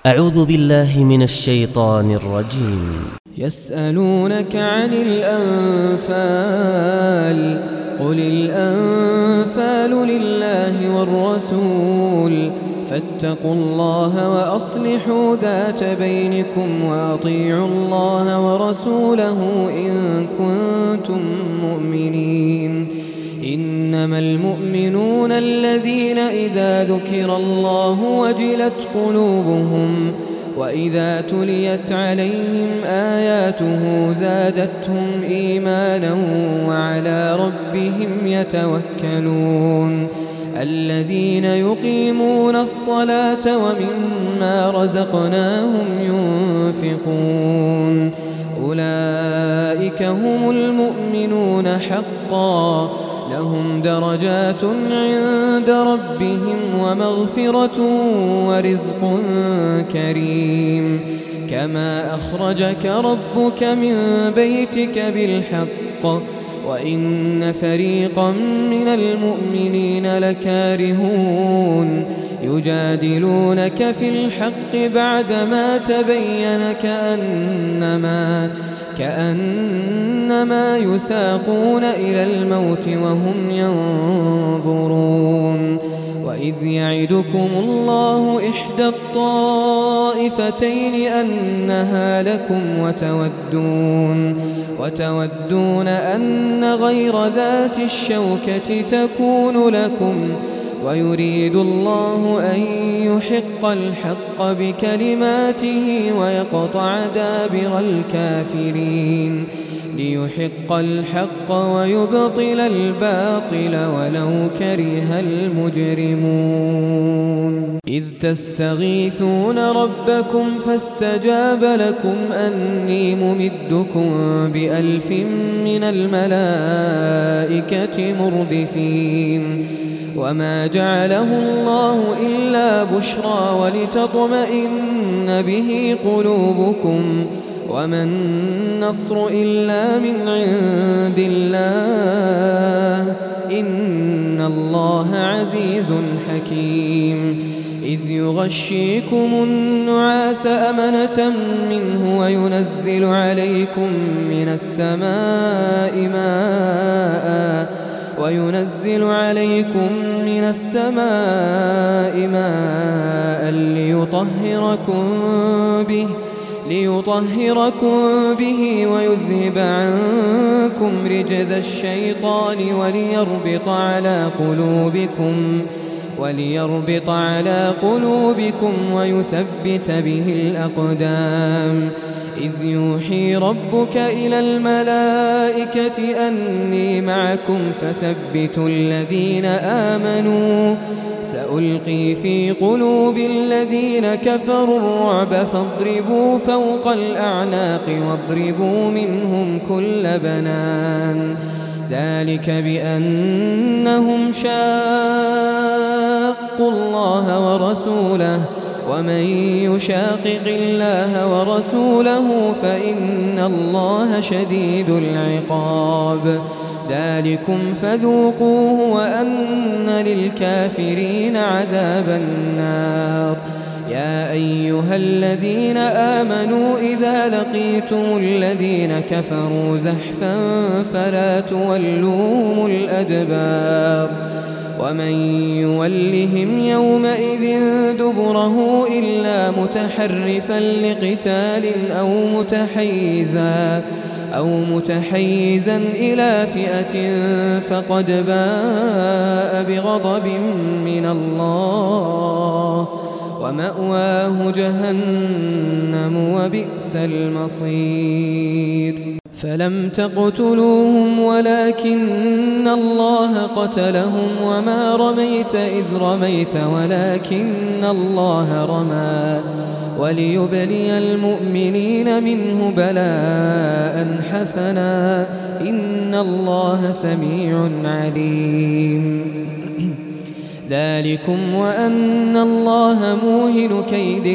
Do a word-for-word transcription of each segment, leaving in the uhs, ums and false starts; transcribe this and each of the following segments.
أعوذ بالله من الشيطان الرجيم. يسألونك عن الأنفال قل الأنفال لله والرسول فاتقوا الله وأصلحوا ذات بينكم وأطيعوا الله ورسوله إن كنتم مؤمنين. إنما المؤمنون الذين إذا ذكر الله وجلت قلوبهم وإذا تليت عليهم آياته زادتهم إيمانا وعلى ربهم يتوكلون. الذين يقيمون الصلاة ومما رزقناهم ينفقون أولئك هم المؤمنون حقا لهم درجات عند ربهم ومغفرة ورزق كريم. كما أخرجك ربك من بيتك بالحق وإن فريقا من المؤمنين لكارهون يجادلونك في الحق بعدما تبين كأنما كأنما يساقون إلى الموت وهم ينظرون. وإذ يعدكم الله إحدى الطائفتين أنها لكم وتودون وتودون أن غير ذات الشوكة تكون لكم ويريد الله أن يحق الحق بكلماته ويقطع دابر الكافرين ليحق الحق ويبطل الباطل ولو كره المجرمون. إذ تستغيثون ربكم فاستجاب لكم أني ممدكم بألف من الملائكة مردفين. وما جعله الله إلا بشرى ولتطمئن به قلوبكم وما النصر إلا من عند الله إن الله عزيز حكيم. إذ يغشيكم النعاس أمنة منه وينزل عليكم من السماء ماء وينزل عليكم من السماء ماء ليطهركم به ليطهركم به ويذهب عنكم رجز الشيطان وليربط على قلوبكم وليربط على قلوبكم ويثبت به الأقدام. إذ يوحي ربك إلى الملائكة أني معكم فثبتوا الذين آمنوا سألقي في قلوب الذين كفروا الرعب فاضربوا فوق الأعناق واضربوا منهم كل بنان. ذلك بأنهم شاقوا الله ورسوله ومن يشاقق الله ورسوله فإن الله شديد العقاب. ذلكم فذوقوه وأن للكافرين عذاب النار. يا أيها الذين آمنوا إذا لقيتم الذين كفروا زحفا فلا تولوهم الأدبار. ومن يولهم يومئذ دبره إلا متحرفا لقتال أو متحيزا أو متحيزا إلى فئة فقد باء بغضب من الله ومأواه جهنم وبئس المصير. فلم تقتلوهم ولكن الله قتلهم وما رميت إذ رميت ولكن الله رمى وليبلي المؤمنين منه بلاء حسنا إن الله سميع عليم. ذلكم وأن الله موهن كيد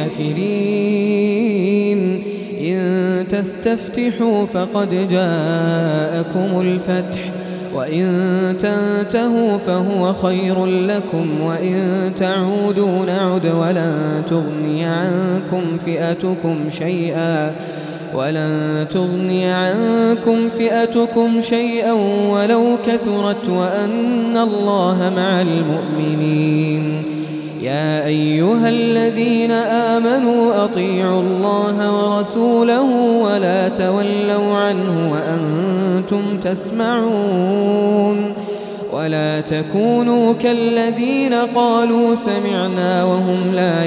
الكافرين. إن تستفتحوا فقد جاءكم الفتح وإن تنتهوا فهو خير لكم وإن تعودوا نعد ولن تغني عنكم فئتكم شيئا ولن تغني عنكم فئتكم شيئا ولو كثرت وأن الله مع المؤمنين. يا أيها الذين آمنوا أطيعوا الله ورسوله ولا تولوا عنه وأنتم تسمعون ولا تكونوا كالذين قالوا سمعنا وهم لا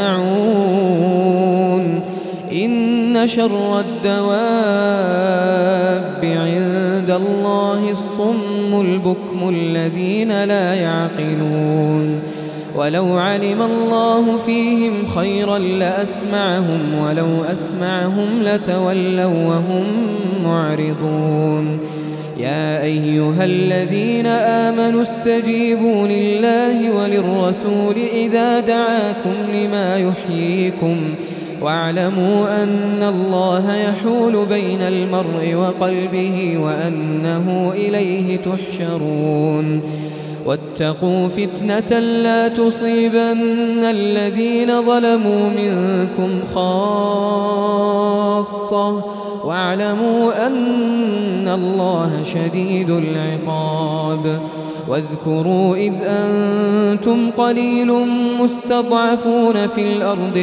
يسمعون. إن شر الدواب عند الله الصم البكم الذين لا يعقلون. ولو علم الله فيهم خيرا لأسمعهم ولو أسمعهم لتولوا وهم معرضون. يا أيها الذين آمنوا استجيبوا لله وللرسول إذا دعاكم لما يحييكم واعلموا أن الله يحول بين المرء وقلبه وأنه إليه تحشرون. واتقوا فتنة لا تصيبن الذين ظلموا منكم خاصة واعلموا أن الله شديد العقاب. واذكروا إذ أنتم قليل مستضعفون في الأرض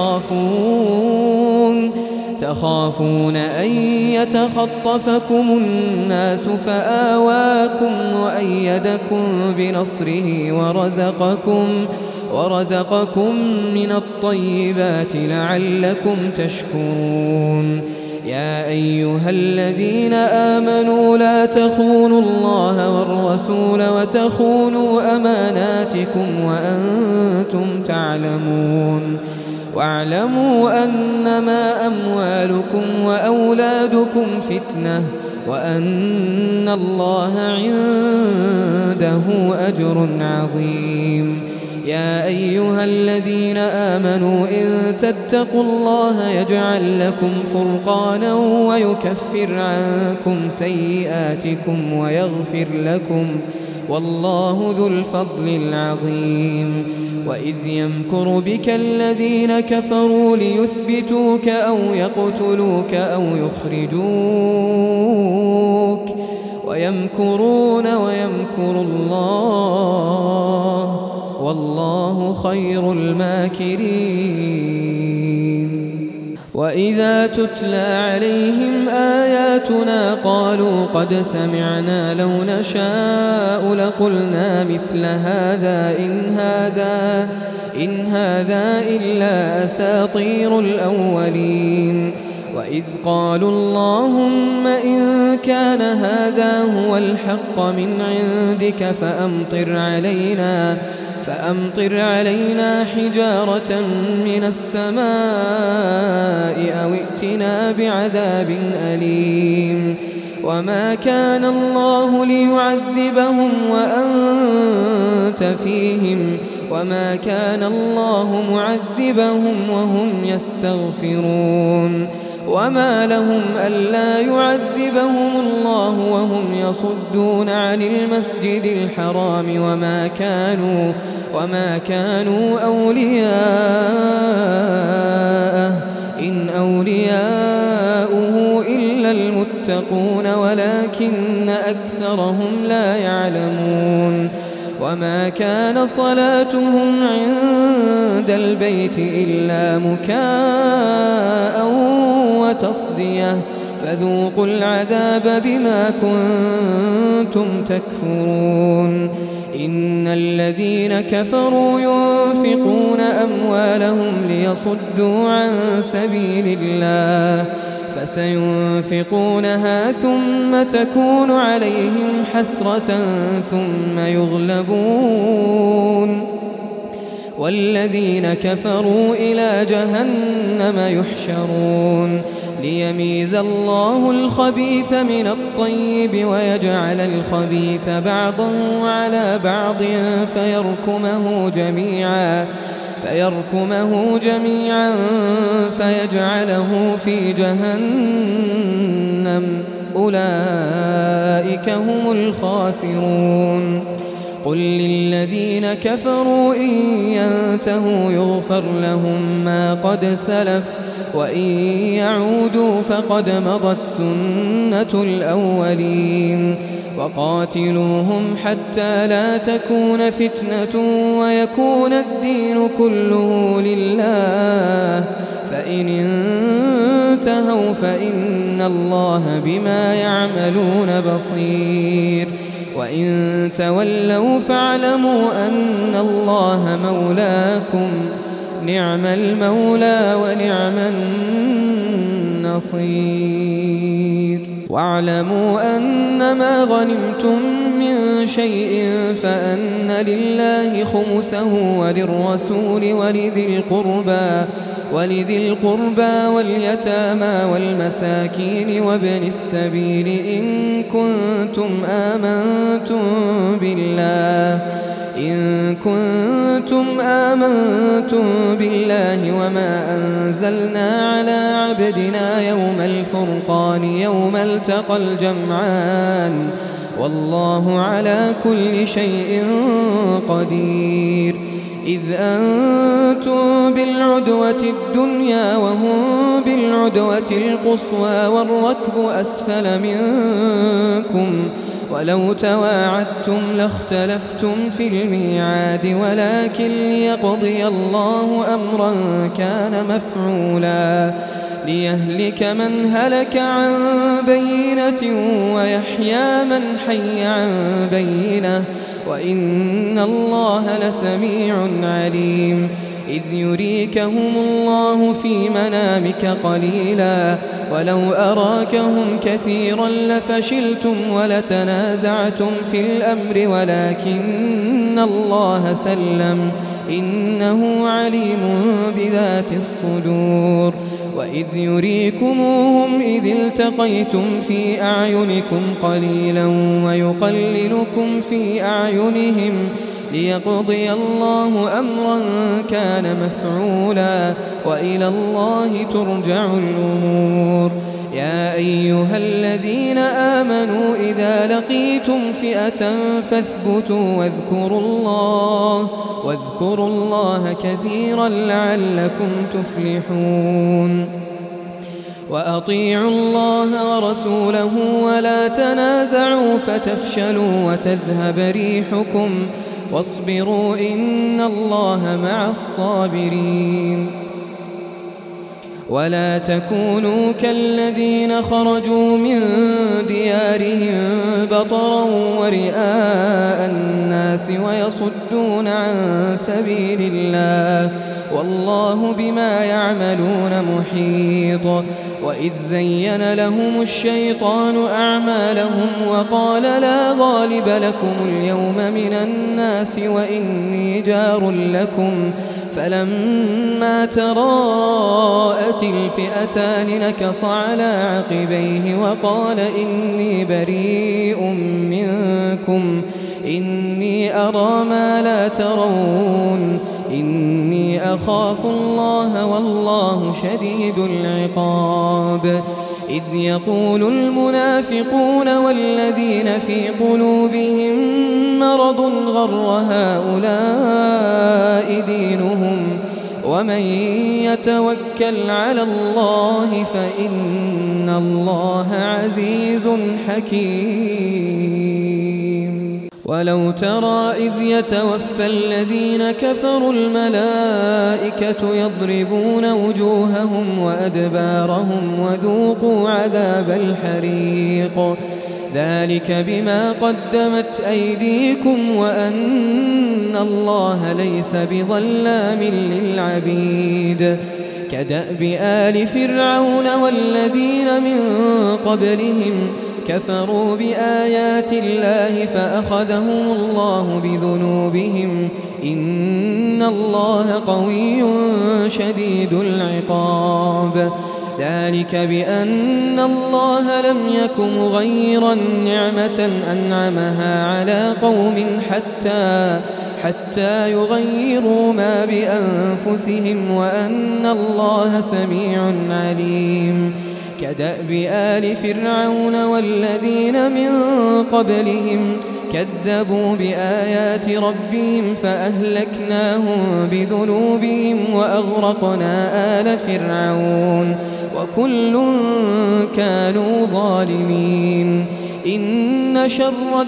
تخافون تخافون أن يتخطفكم الناس فآواكم وأيدكم بنصره ورزقكم ورزقكم من الطيبات لعلكم تشكرون. يا أيها الذين آمنوا لا تخونوا الله والرسول وتخونوا أماناتكم وأنتم تعلمون. واعلموا أنما أموالكم وأولادكم فتنة وأن الله عنده أجر عظيم. يا أيها الذين آمنوا إن تتقوا الله يجعل لكم فرقانا ويكفر عنكم سيئاتكم ويغفر لكم والله ذو الفضل العظيم. وإذ يمكر بك الذين كفروا ليثبتوك أو يقتلوك أو يخرجوك ويمكرون ويمكر الله والله خير الماكرين. وإذا تتلى عليهم آياتنا قالوا قد سمعنا لو نشاء لقلنا مثل هذا إن هذا إن هذا إلا أساطير الأولين. وإذ قالوا اللهم إن كان هذا هو الحق من عندك فأمطر علينا فأمطر علينا حجارة من السماء أو ائتنا بعذاب أليم. وما كان الله ليعذبهم وأنت فيهم وما كان الله معذبهم وهم يستغفرون. وما لهم ألا يعذبهم الله وهم يصدون عن المسجد الحرام وما كانوا وما كانوا أولياءه إن أولياؤه إلا المتقون ولكن أكثرهم لا يعلمون. وما كان صلاتهم عند البيت إلا مكاء وتصدية فذوقوا العذاب بما كنتم تكفرون. إن الذين كفروا ينفقون أموالهم ليصدوا عن سبيل الله فسينفقونها ثم تكون عليهم حسرة ثم يغلبون والذين كفروا إلى جهنم يحشرون ليميز الله الخبيث من الطيب ويجعل الخبيث بعضه على بعض فيركمه جميعا فيركمه جميعا فيجعله في جهنم أولئك هم الخاسرون. قل للذين كفروا إن ينتهوا يغفر لهم ما قد سلف وإن يعودوا فقد مضت سنة الأولين. وقاتلوهم حتى لا تكون فتنة ويكون الدين كله لله، فإن انتهوا فإن الله بما يعملون بصير. وإن تولوا فاعلموا أن الله مولاكم، نعم المولى ونعم النصير. واعلموا أنما غنمتم من شيء فأن لله خمسه وللرسول ولذي القربى ولذي القربى واليتامى والمساكين وابن السبيل إن كنتم آمنتم بالله إن كنتم آمنتم بالله وما أنزلنا على عبدنا يوم الفرقان يوم التقى الجمعان والله على كل شيء قدير. إذ أنتم بالعدوة الدنيا وهم بالعدوة القصوى والركب أسفل منكم ولو تواعدتم لاختلفتم في الميعاد ولكن ليقضي الله أمرا كان مفعولا ليهلك من هلك عن بينة ويحيى من حي عن بينة وإن الله لسميع عليم. إذ يريكهم الله في منامك قليلا ولو أراكهم كثيرا لفشلتم ولتنازعتم في الأمر ولكن الله سلم إنه عليم بذات الصدور. وإذ يريكموهم إذ التقيتم في أعينكم قليلا ويقللكم في أعينهم ليقضي الله أمرا كان مفعولا وإلى الله ترجع الأمور. يا أيها الذين آمنوا إذا لقيتم فئة فاثبتوا واذكروا الله واذكروا الله كثيرا لعلكم تفلحون. وأطيعوا الله ورسوله ولا تنازعوا فتفشلوا وتذهب ريحكم واصبروا إن الله مع الصابرين. ولا تكونوا كالذين خرجوا من ديارهم بطرا ورئاء الناس ويصدون عن سبيل الله والله بما يعملون محيط. وإذ زين لهم الشيطان أعمالهم وقال لا غالب لكم اليوم من الناس وإني جار لكم فلما تراءت الفئتان نكص على عقبيه وقال إني بريء منكم إني أرى ما لا ترون إني أخاف الله والله شديد العقاب. إذ يقول المنافقون والذين في قلوبهم مرض غر هؤلاء دينهم ومن يتوكل على الله فإن الله عزيز حكيم. ولو ترى إذ يتوفى الذين كفروا الملائكة يضربون وجوههم وأدبارهم وذوقوا عذاب الحريق ذلك بما قدمت أيديكم وأن الله ليس بظلام للعبيد. كدأب آل فرعون والذين من قبلهم كفروا بآيات الله فأخذهم الله بذنوبهم إن الله قوي شديد العقاب. ذلك بأن الله لم يك مغيرا نعمة أنعمها على قوم حتى حتى يغيروا ما بأنفسهم وأن الله سميع عليم. كدأب آل فرعون والذين من قبلهم كذبوا بآيات ربهم فأهلكناهم بذنوبهم وأغرقنا آل فرعون وكل كانوا ظالمين. إن شر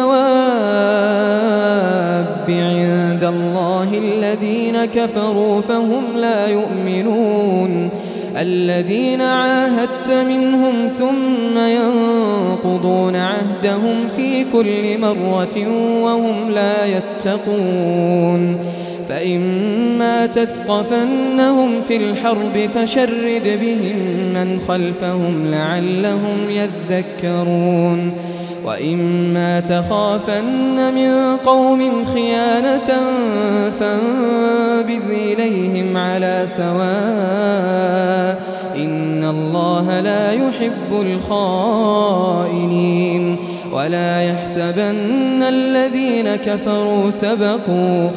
الدواب عند الله الذين كفروا فهم لا يؤمنون الذين عاهدت منهم ثم ينقضون عهدهم في كل مرة وهم لا يتقون. فإما تثقفنهم في الحرب فشرد بهم من خلفهم لعلهم يذكرون. وإما تخافن من قوم خيانة فانبذ إليهم على سواء إن الله لا يحب الخائنين. ولا يحسبن الذين كفروا سبقوا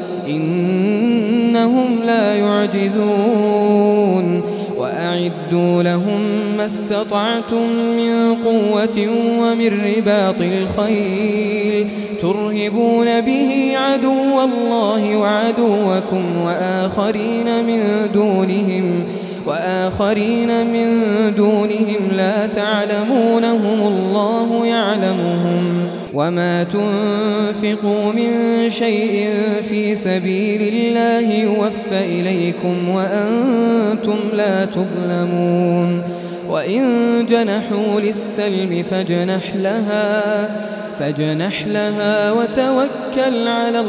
إنهم لا يعجزون. وأعدوا لهم ما استطعتم من قوة ومن رباط الخيل ترهبون به عدو الله وعدوكم وآخرين من دونهم وآخرين من دونهم لا تعلمونهم الله يعلمهم. وما تنفقوا من شيء في سبيل الله يوفى إليكم وأنتم لا تظلمون. وإن جنحوا للسلم فاجنح لها فاجنح لها وتوكل على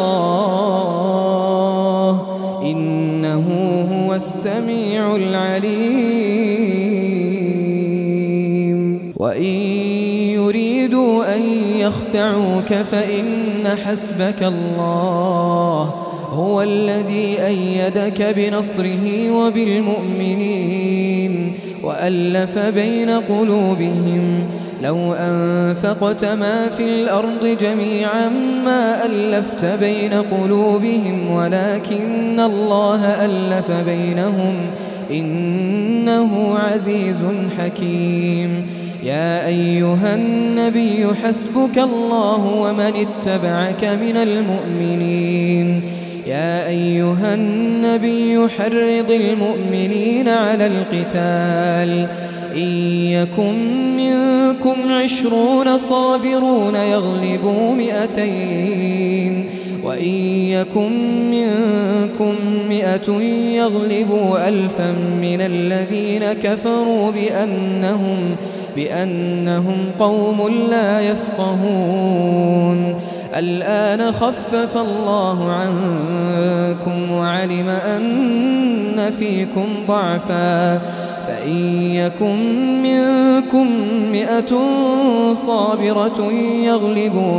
الله إنه هو السميع العليم. وإن يريدوا أن يخدعوك فإن حسبك الله هو الذي أيدك بنصره وبالمؤمنين وألف بين قلوبهم لو أنفقت ما في الأرض جميعا ما ألفت بين قلوبهم ولكن الله ألف بينهم إنه عزيز حكيم. يا أيها النبي حسبك الله ومن اتبعك من المؤمنين. يا أيها النبي حرض المؤمنين على القتال إن يكن منكم عشرون صابرون يغلبوا مئتين وإن يكن منكم مئة يغلبوا ألفا من الذين كفروا بأنهم بأنهم قوم لا يفقهون. الآن خفف الله عنكم وعلم أن فيكم ضعفا فإن يكن منكم مئة صابرة يغلبوا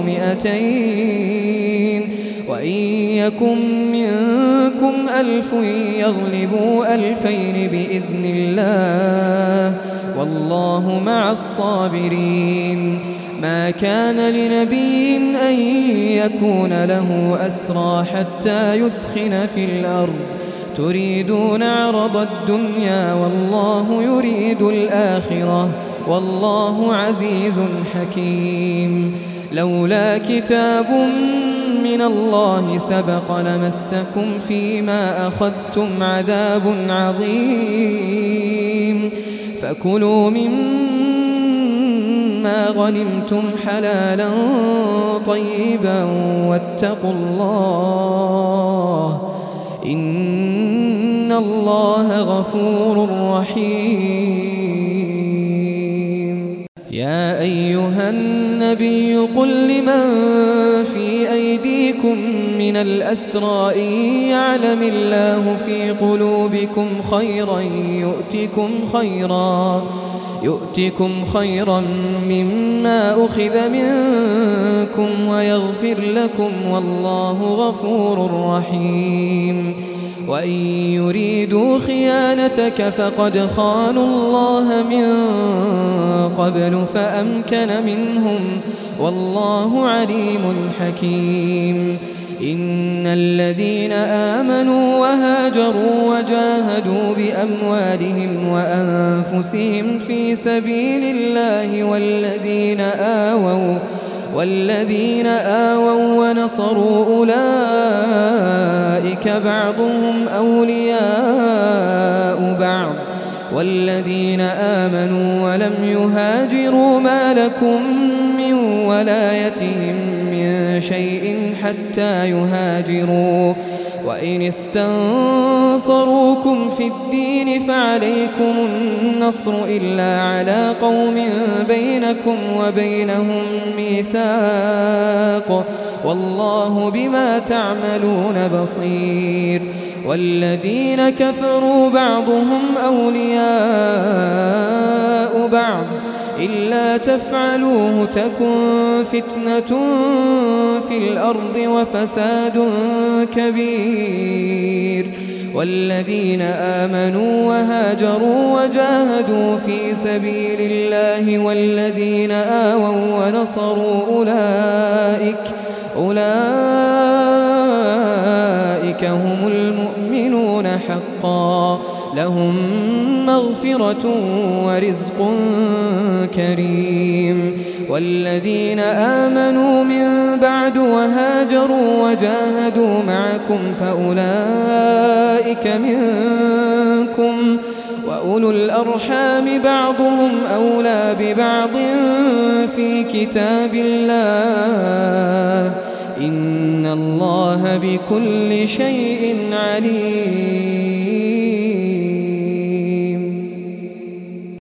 مئتين وإن يكن منكم ألف يغلبوا ألفين بإذن الله والله مع الصابرين. ما كان لنبي أن يكون له أسرى حتى يثخن في الأرض تريدون عرض الدنيا والله يريد الآخرة والله عزيز حكيم. لولا كتاب من الله سبق لمسكم فيما أخذتم عذاب عظيم. فكلوا مما غنمتم حلالا طيبا واتقوا الله إن الله غفور رحيم. يا أيها النبي قل لمن في أيديكم من الأسرى إن يعلم الله في قلوبكم خيرا يؤتكم خيرا يؤتكم خيرا مما أخذ منكم ويغفر لكم والله غفور رحيم. وإن يريدوا خيانتك فقد خانوا الله من قبل فأمكن منهم والله عليم حكيم. إن الذين آمنوا وهاجروا وجاهدوا بأموالهم وأنفسهم في سبيل الله والذين آووا والذين آووا ونصروا أولئك بعضهم أولياء بعض والذين آمنوا ولم يهاجروا ما لكم من ولايتهم من شيء حتى يهاجروا وإن استنصروكم في الدين فعليكم النصر إلا على قوم بينكم وبينهم ميثاق والله بما تعملون بصير والذين كفروا بعضهم أولياء بعض إلا تفعلوه تكن فتنة في الأرض وفساد كبير والذين آمنوا وهاجروا وجاهدوا في سبيل الله والذين آووا ونصروا أولئك أولئك هم المؤمنون حقا لهم مغفرة ورزق كريم والذين آمنوا من بعد وهاجروا وجاهدوا معكم فأولئك منكم وأولو الأرحام بعضهم أولى ببعض في كتاب الله إن الله بكل شيء عليم.